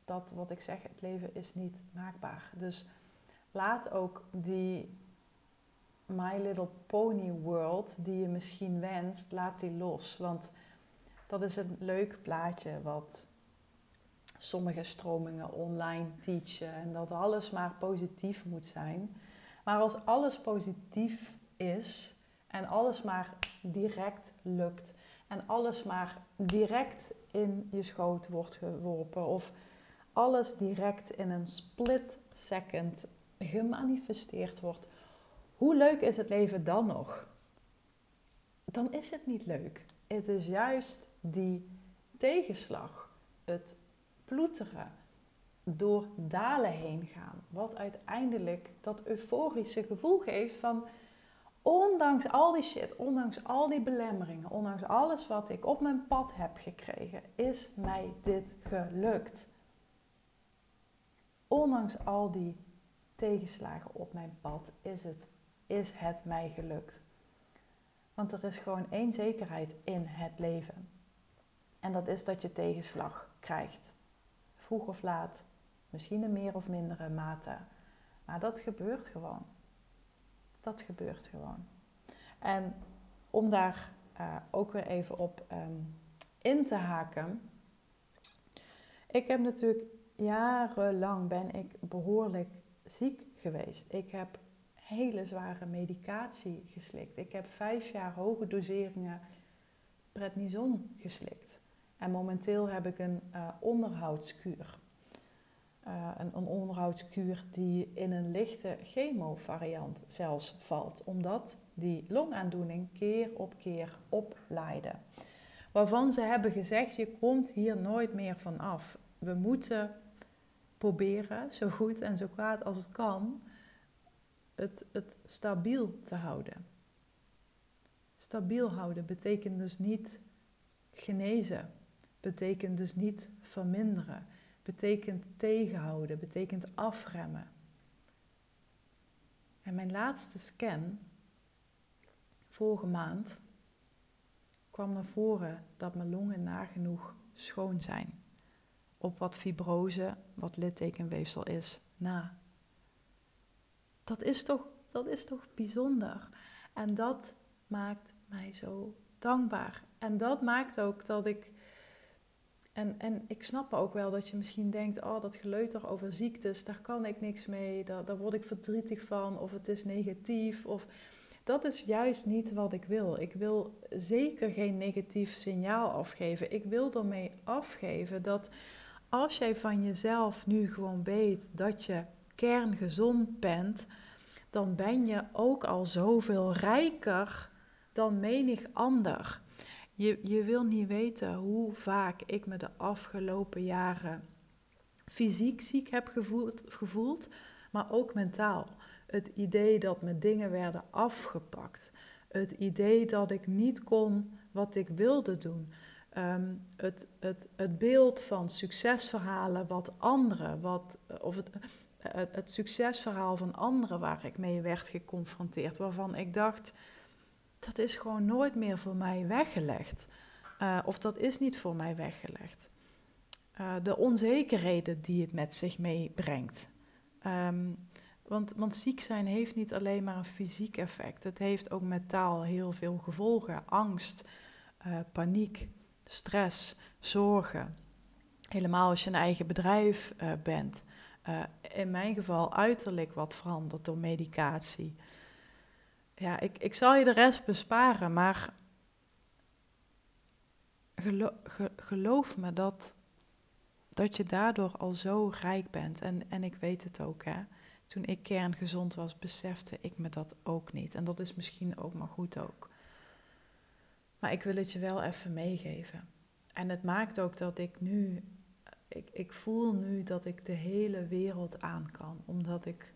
dat wat ik zeg, het leven is niet maakbaar. Dus laat ook die My Little Pony world die je misschien wenst, laat die los. Want dat is een leuk plaatje wat sommige stromingen online teachen. En dat alles maar positief moet zijn. Maar als alles positief is en alles maar direct lukt en alles maar direct in je schoot wordt geworpen of alles direct in een split second gemanifesteerd wordt, hoe leuk is het leven dan nog? Dan is het niet leuk. Het is juist die tegenslag, het ploeteren, door dalen heen gaan, wat uiteindelijk dat euforische gevoel geeft van ondanks al die shit, ondanks al die belemmeringen, ondanks alles wat ik op mijn pad heb gekregen, is mij dit gelukt. Ondanks al die tegenslagen op mijn pad is het, is het mij gelukt. Want er is gewoon één zekerheid in het leven. En dat is dat je tegenslag krijgt. Vroeg of laat, misschien in meer of mindere mate. Maar dat gebeurt gewoon. Dat gebeurt gewoon. En om daar uh, ook weer even op um, in te haken. Ik heb natuurlijk jarenlang ben ik behoorlijk ziek geweest. Ik heb hele zware medicatie geslikt. Ik heb vijf jaar hoge doseringen prednison geslikt. En momenteel heb ik een uh, onderhoudskuur. Uh, een, een onderhoudskuur die in een lichte chemovariant zelfs valt. Omdat die longaandoening keer op keer oplaaide. Waarvan ze hebben gezegd, je komt hier nooit meer van af. We moeten proberen, zo goed en zo kwaad als het kan, het, het stabiel te houden. Stabiel houden betekent dus niet genezen. Betekent dus niet verminderen. Betekent tegenhouden. Betekent afremmen. En mijn laatste scan, vorige maand, kwam naar voren dat mijn longen nagenoeg schoon zijn. Op wat fibrose, wat littekenweefsel is, na. Dat is toch, dat is toch bijzonder. En dat maakt mij zo dankbaar. En dat maakt ook dat ik... En, en ik snap ook wel dat je misschien denkt, oh, dat geleuter over ziektes, daar kan ik niks mee, daar, daar word ik verdrietig van, of het is negatief. Of... Dat is juist niet wat ik wil. Ik wil zeker geen negatief signaal afgeven. Ik wil ermee afgeven dat als jij van jezelf nu gewoon weet dat je kerngezond bent, dan ben je ook al zoveel rijker dan menig ander. Je, je wil niet weten hoe vaak ik me de afgelopen jaren fysiek ziek heb gevoeld, gevoeld, maar ook mentaal. Het idee dat me dingen werden afgepakt. Het idee dat ik niet kon wat ik wilde doen. Um, het, het, het beeld van succesverhalen wat anderen, wat, of het, het, het succesverhaal van anderen waar ik mee werd geconfronteerd, waarvan ik dacht, dat is gewoon nooit meer voor mij weggelegd. Uh, of dat is niet voor mij weggelegd. Uh, de onzekerheden die het met zich meebrengt. Um, want, want ziek zijn heeft niet alleen maar een fysiek effect. Het heeft ook mentaal heel veel gevolgen. Angst, uh, paniek, stress, zorgen. Helemaal als je een eigen bedrijf uh, bent. Uh, in mijn geval uiterlijk wat veranderd door medicatie. Ja, ik, ik zal je de rest besparen, maar gelo, ge, geloof me dat, dat je daardoor al zo rijk bent. En, en ik weet het ook, hè. Toen ik kerngezond was, besefte ik me dat ook niet. En dat is misschien ook maar goed ook. Maar ik wil het je wel even meegeven. En het maakt ook dat ik nu, ik, ik voel nu dat ik de hele wereld aan kan. Omdat ik,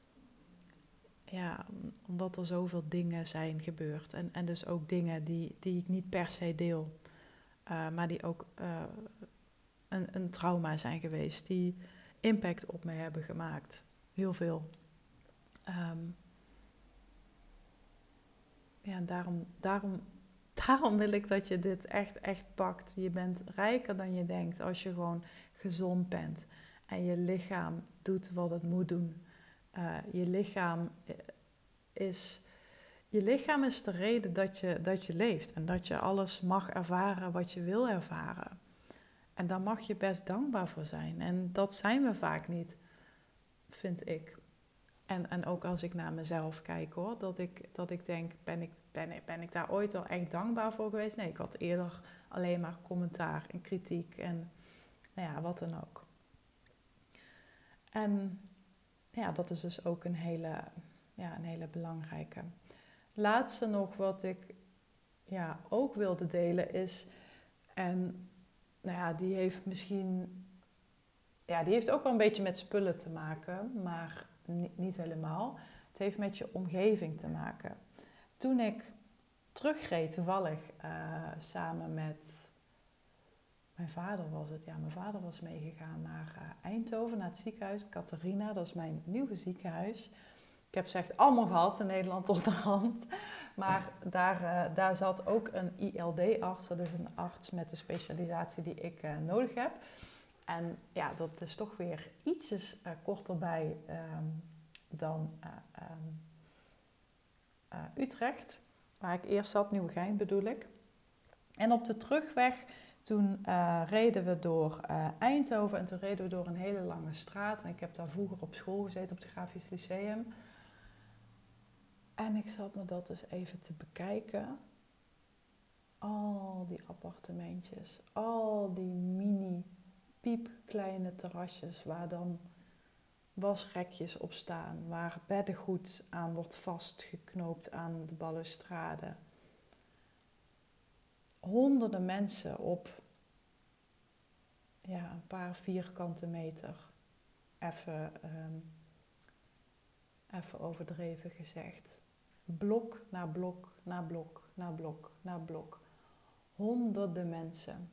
ja, omdat er zoveel dingen zijn gebeurd. En, en dus ook dingen die, die ik niet per se deel. Uh, maar die ook uh, een, een trauma zijn geweest. Die impact op mij hebben gemaakt. Heel veel. Um, ja, daarom, daarom daarom wil ik dat je dit echt, echt pakt. Je bent rijker dan je denkt als je gewoon gezond bent. En je lichaam doet wat het moet doen. Uh, je lichaam is... Je lichaam is de reden dat je, dat je leeft. En dat je alles mag ervaren wat je wil ervaren. En daar mag je best dankbaar voor zijn. En dat zijn we vaak niet, vind ik. En, en ook als ik naar mezelf kijk hoor, dat ik, dat ik denk, ben ik, ben, ik, ben ik daar ooit al echt dankbaar voor geweest? Nee, ik had eerder alleen maar commentaar en kritiek en nou ja, wat dan ook. En ja, dat is dus ook een hele, ja, een hele belangrijke. Laatste nog wat ik ja, ook wilde delen is, en nou ja, die heeft misschien, ja, die heeft ook wel een beetje met spullen te maken, maar niet, niet helemaal. Het heeft met je omgeving te maken. Toen ik terugreed, toevallig uh, samen met mijn vader was het. Ja, mijn vader was meegegaan naar uh, Eindhoven, naar het ziekenhuis. Catharina, dat is mijn nieuwe ziekenhuis. Ik heb ze echt allemaal gehad in Nederland tot de hand. Maar daar, uh, daar zat ook een I L D-arts. Dat is een arts met de specialisatie die ik uh, nodig heb. En ja, dat is toch weer ietsjes uh, korter bij um, dan uh, um, uh, Utrecht. Waar ik eerst zat, Nieuwegein bedoel ik. En op de terugweg, toen uh, reden we door uh, Eindhoven en toen reden we door een hele lange straat. En ik heb daar vroeger op school gezeten, op het Grafisch Lyceum. En ik zat me dat dus even te bekijken. Al die appartementjes, al die mini piepkleine terrasjes waar dan wasrekjes op staan, waar beddengoed aan wordt vastgeknoopt aan de balustrade. Honderden mensen op ja, een paar vierkante meter, even, um, even overdreven gezegd. Blok na blok, na blok, na blok, na blok. Honderden mensen.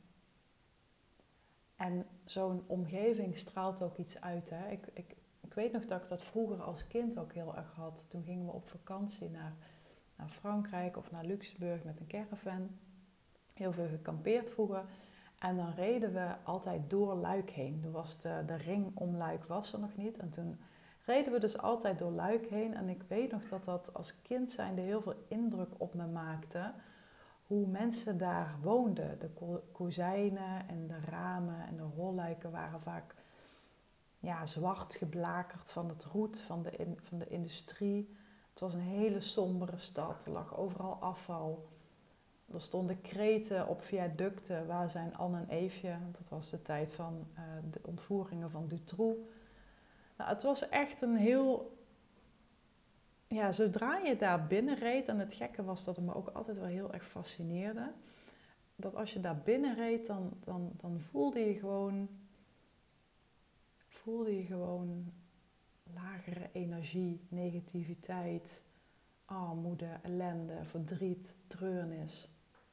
En zo'n omgeving straalt ook iets uit. Hè? Ik, ik, ik weet nog dat ik dat vroeger als kind ook heel erg had. Toen gingen we op vakantie naar, naar Frankrijk of naar Luxemburg met een caravan. Heel veel gekampeerd vroeger. En dan reden we altijd door Luik heen. Toen was de, de ring om Luik was er nog niet. En toen reden we dus altijd door Luik heen. En ik weet nog dat dat als kind zijnde heel veel indruk op me maakte. Hoe mensen daar woonden. De kozijnen en de ramen en de rolluiken waren vaak ja, zwart geblakerd van het roet van de, in, van de industrie. Het was een hele sombere stad. Er lag overal afval. Er stonden kreten op viaducten. Waar zijn Anne en Eefje? Dat was de tijd van uh, de ontvoeringen van Dutroux. Nou, het was echt een heel... Ja, zodra je daar binnen reed, en het gekke was dat het me ook altijd wel heel erg fascineerde, dat als je daar binnen reed, dan, dan, dan voelde je gewoon, voelde je gewoon lagere energie, negativiteit, armoede, ellende, verdriet, treurnis.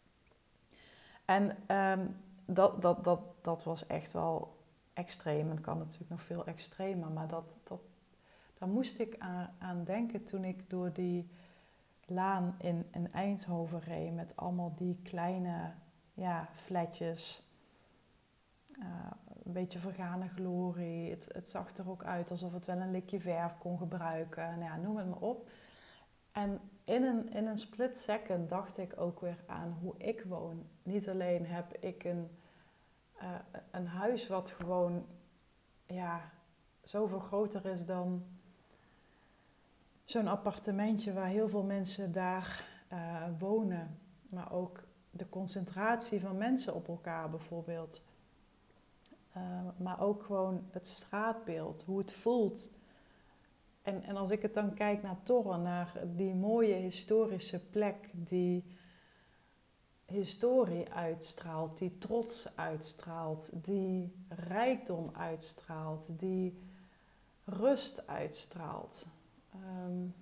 En um, dat, dat, dat, dat was echt wel extreem. Het kan natuurlijk nog veel extremer, maar dat, dat, daar moest ik aan, aan denken toen ik door die laan in, in Eindhoven reed met allemaal die kleine ja, flatjes. Uh, een beetje vergane glorie. Het, het zag er ook uit alsof het wel een likje verf kon gebruiken. Nou ja, noem het maar op. En in een, in een split second dacht ik ook weer aan hoe ik woon. Niet alleen heb ik een, uh, een huis wat gewoon ja, zoveel groter is dan zo'n appartementje waar heel veel mensen daar uh, wonen. Maar ook de concentratie van mensen op elkaar bijvoorbeeld. Uh, maar ook gewoon het straatbeeld, hoe het voelt. En, en als ik het dan kijk naar Torren, naar die mooie historische plek die historie uitstraalt, die trots uitstraalt, die rijkdom uitstraalt, die rust uitstraalt. Um,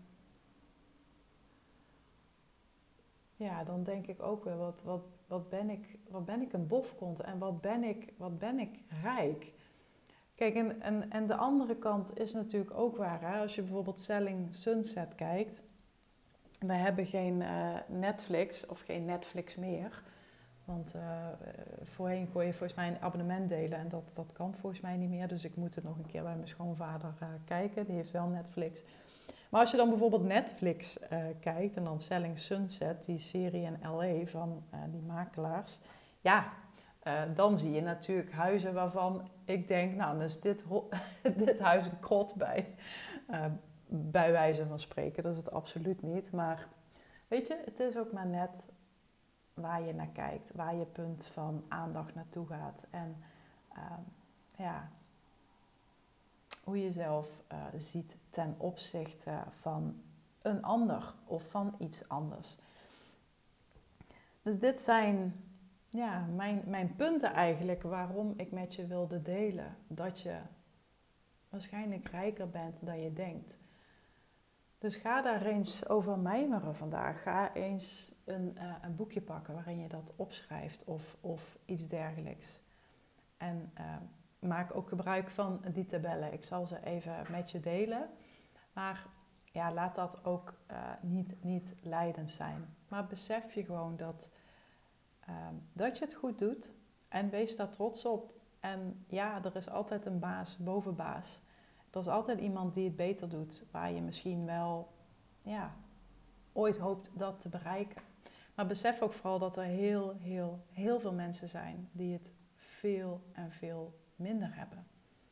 ja, dan denk ik ook weer, wat, wat, wat, ben ik, wat ben ik een bofkont en wat ben ik, wat ben ik rijk. Kijk, en, en, en de andere kant is natuurlijk ook waar. Hè? Als je bijvoorbeeld Selling Sunset kijkt, we hebben geen uh, Netflix of geen Netflix meer. Want uh, voorheen kon je volgens mij een abonnement delen en dat, dat kan volgens mij niet meer. Dus ik moet het nog een keer bij mijn schoonvader uh, kijken. Die heeft wel Netflix. Maar als je dan bijvoorbeeld Netflix uh, kijkt en dan Selling Sunset, die serie in L A van uh, die makelaars. Ja, uh, dan zie je natuurlijk huizen waarvan ik denk, nou dan is dit, ho- dit huis een krot bij. Uh, bij wijze van spreken, dat is het absoluut niet. Maar weet je, het is ook maar net waar je naar kijkt, waar je punt van aandacht naartoe gaat. En uh, ja, hoe je jezelf uh, ziet ten opzichte van een ander of van iets anders. Dus dit zijn ja, mijn, mijn punten eigenlijk waarom ik met je wilde delen. Dat je waarschijnlijk rijker bent dan je denkt. Dus ga daar eens over mijmeren vandaag. Ga eens een, uh, een boekje pakken waarin je dat opschrijft of, of iets dergelijks. En uh, maak ook gebruik van die tabellen. Ik zal ze even met je delen. Maar ja, laat dat ook uh, niet, niet leidend zijn. Maar besef je gewoon dat, uh, dat je het goed doet. En wees daar trots op. En ja, er is altijd een baas boven baas. Er is altijd iemand die het beter doet. Waar je misschien wel ja, ooit hoopt dat te bereiken. Maar besef ook vooral dat er heel, heel, heel veel mensen zijn die het veel en veel minder hebben.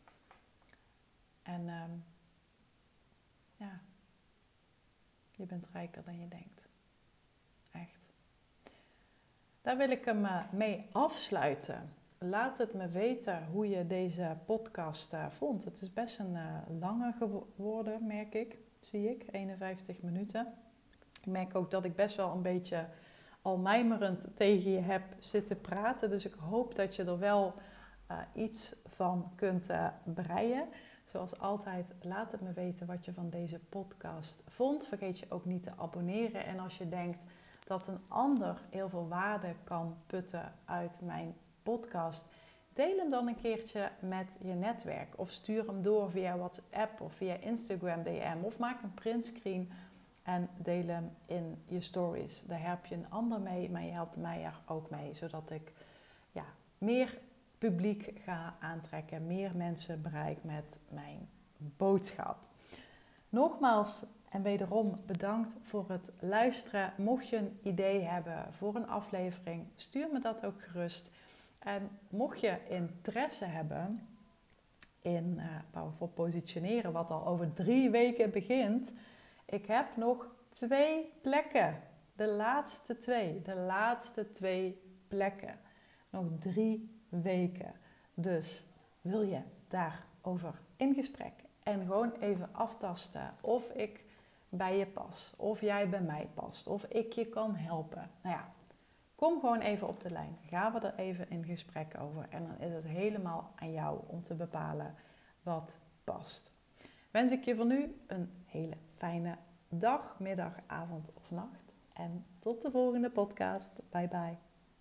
En um, ja, je bent rijker dan je denkt. Echt. Daar wil ik hem uh, mee afsluiten. Laat het me weten hoe je deze podcast uh, vond. Het is best een uh, lange geworden, merk ik. Zie ik, eenenvijftig minuten. Ik merk ook dat ik best wel een beetje al mijmerend tegen je heb zitten praten. Dus ik hoop dat je er wel uh, iets van kunt uh, breien. Zoals altijd, laat het me weten wat je van deze podcast vond. Vergeet je ook niet te abonneren. En als je denkt dat een ander heel veel waarde kan putten uit mijn podcast, deel hem dan een keertje met je netwerk. Of stuur hem door via WhatsApp of via Instagram D M. Of maak een printscreen en deel hem in je stories. Daar help je een ander mee, maar je helpt mij er ook mee. Zodat ik ja, meer publiek ga aantrekken, meer mensen bereik met mijn boodschap. Nogmaals en wederom bedankt voor het luisteren. Mocht je een idee hebben voor een aflevering, stuur me dat ook gerust. En mocht je interesse hebben in uh, Powerful Positioneren, wat al over drie weken begint, ik heb nog twee plekken. De laatste twee. De laatste twee plekken. Nog drie weken. Dus wil je daarover in gesprek en gewoon even aftasten of ik bij je pas, of jij bij mij past, of ik je kan helpen. Nou ja, kom gewoon even op de lijn. Gaan we er even in gesprek over. En dan is het helemaal aan jou om te bepalen wat past. Wens ik je voor nu een hele fijne dag, middag, avond of nacht. En tot de volgende podcast. Bye bye.